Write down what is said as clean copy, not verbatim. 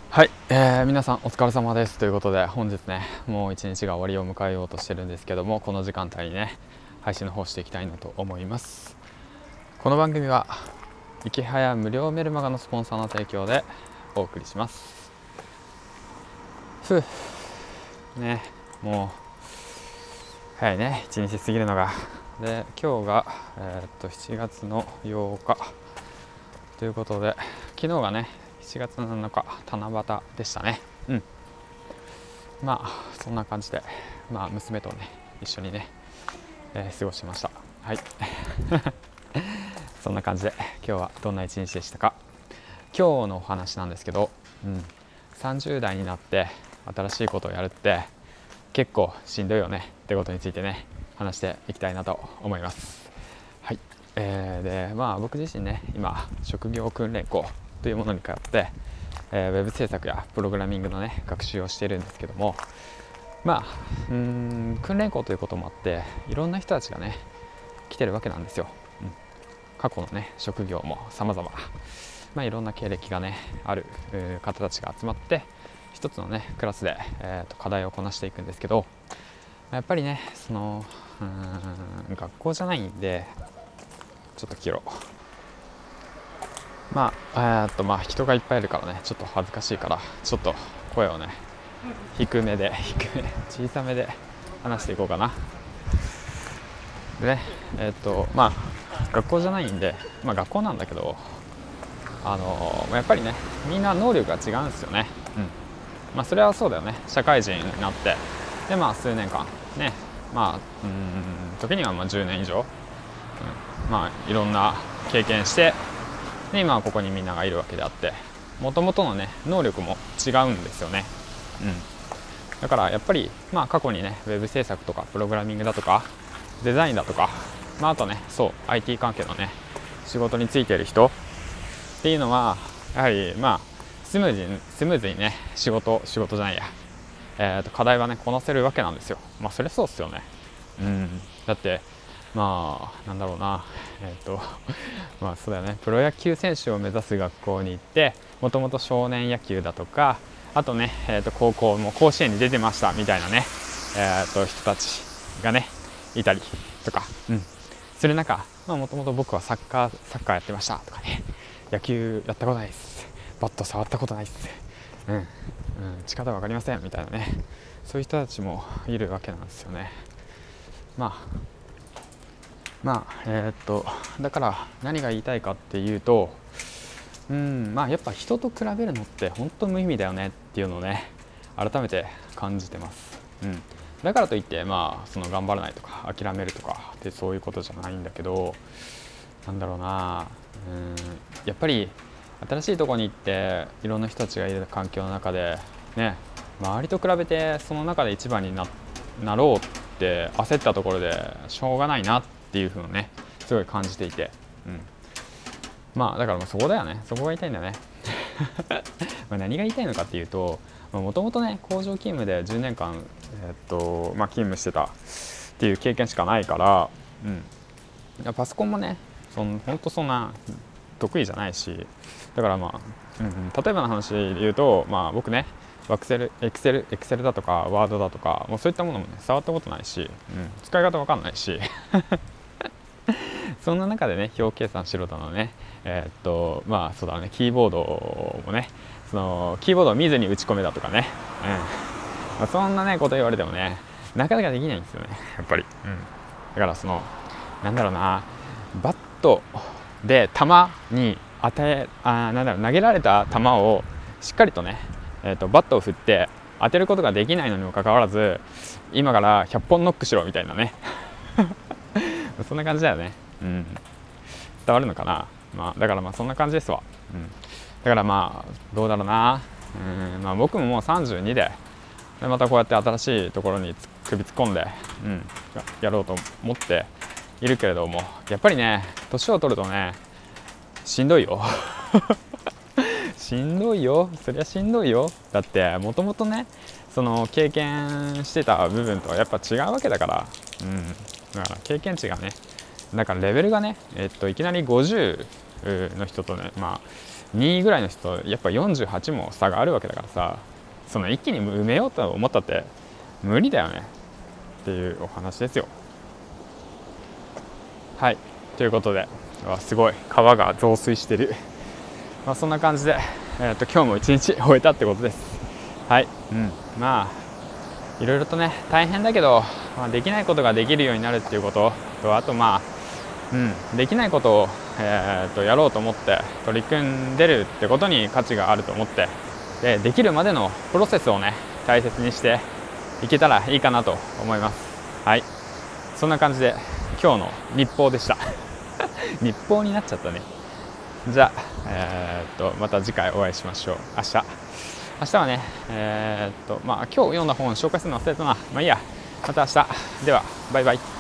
はい、皆さんお疲れ様ですということで、本日ねもう一日が終わりを迎えようとしてるんですけども、この時間帯にね配信の方していきたいなと思います。この番組は池早無料メルマガのスポンサーの提供でお送りします。ね、もう早いね、一日過ぎるのが。で、今日が、7月の8日ということで、昨日がね7月7日七夕でしたね。まあそんな感じで、娘とね一緒にね、過ごしました。はいそんな感じで今日はどんな一日でしたか。今日のお話なんですけど、30代になって新しいことをやるって結構しんどいよねってことについてね話していきたいなと思います。はい、で僕自身ね今職業訓練校というものに通って、ウェブ制作やプログラミングのね学習をしているんですけども、訓練校ということもあっていろんな人たちがね来てるわけなんですよ。過去のね職業も様々、いろんな経歴がねある方たちが集まって一つのねクラスで、課題をこなしていくんですけど、やっぱりねその学校じゃないんで、ちょっと切ろう。人がいっぱいいるからねちょっと恥ずかしいから、ちょっと声をね低め小さめで話していこうかな。でね学校じゃないんで、学校なんだけど、やっぱりねみんな能力が違うんですよね。それはそうだよね。社会人になってで数年間ね、時には10年以上、いろんな経験してで今はここにみんながいるわけであって、もともとのね能力も違うんですよね。だからやっぱり過去にねウェブ制作とかプログラミングだとかデザインだとか、あとねIT 関係のね仕事についている人っていうのはやはりスムーズにね仕事じゃないや、課題はねこなせるわけなんですよ。それそうっすよね。だってなんだろうな、そうだよね、プロ野球選手を目指す学校に行って、もともと少年野球だとか、あとね、高校も甲子園に出てましたみたいなね、人たちがねいたりとか、する中、もともと僕はサッカーやってましたとかね、野球やったことないです、バット触ったことないです、打ち方わかりませんみたいなね、そういう人たちもいるわけなんですよね。だから何が言いたいかっていうと、やっぱ人と比べるのって本当無意味だよねっていうのをね改めて感じてます。だからといってその頑張らないとか諦めるとかってそういうことじゃないんだけど、なんだろうな、やっぱり新しいところに行っていろんな人たちがいる環境の中でね、周りと比べてその中で一番になろうって焦ったところでしょうがないなっていう風にねすごい感じていて、だからそこだよね、そこが言いたいんだよね何が言いたいのかっていうと、もともとね工場勤務で10年間、勤務してたっていう経験しかないから、パソコンもね本当そんな得意じゃないし、だから例えばの話で言うと、僕ねエクセルだとかワードだとかもうそういったものもね触ったことないし、使い方わかんないしそんな中でね表計算しろだのね、そうだね、キーボードもねそのキーボードを見ずに打ち込めだとかね、そんなねこと言われてもねなかなかできないんですよね、やっぱり。だからなんだろうな、バットで球に投げられた球をしっかりとね、バットを振って当てることができないのにもかかわらず、今から100本ノックしろみたいなねそんな感じだよね。伝わるのかな。だからそんな感じですわ。だからどうだろうな。僕ももう32でまたこうやって新しいところに首突っ込んで、やろうと思っているけれども、やっぱりね年を取るとねしんどいよしんどいよ、そりゃしんどいよ。だってもともとねその経験してた部分とはやっぱ違うわけだから、だから経験値がね、だからレベルがねいきなり50の人とね 2位ぐらいの人とやっぱ48も差があるわけだからさ、その一気に埋めようと思ったって無理だよねっていうお話ですよ。はい、ということで、すごい川が増水してる、そんな感じで、今日も一日終えたってことです。はい、まあいろいろとね大変だけど、できないことができるようになるっていうことと、あとできないことを、やろうと思って取り組んでるってことに価値があると思って、できるまでのプロセスをね大切にしていけたらいいかなと思います。はい、そんな感じで今日の日報でした日報になっちゃったね。じゃあ、また次回お会いしましょう。明日はね今日読んだ本紹介するの忘れたな。いいや、また明日では、バイバイ。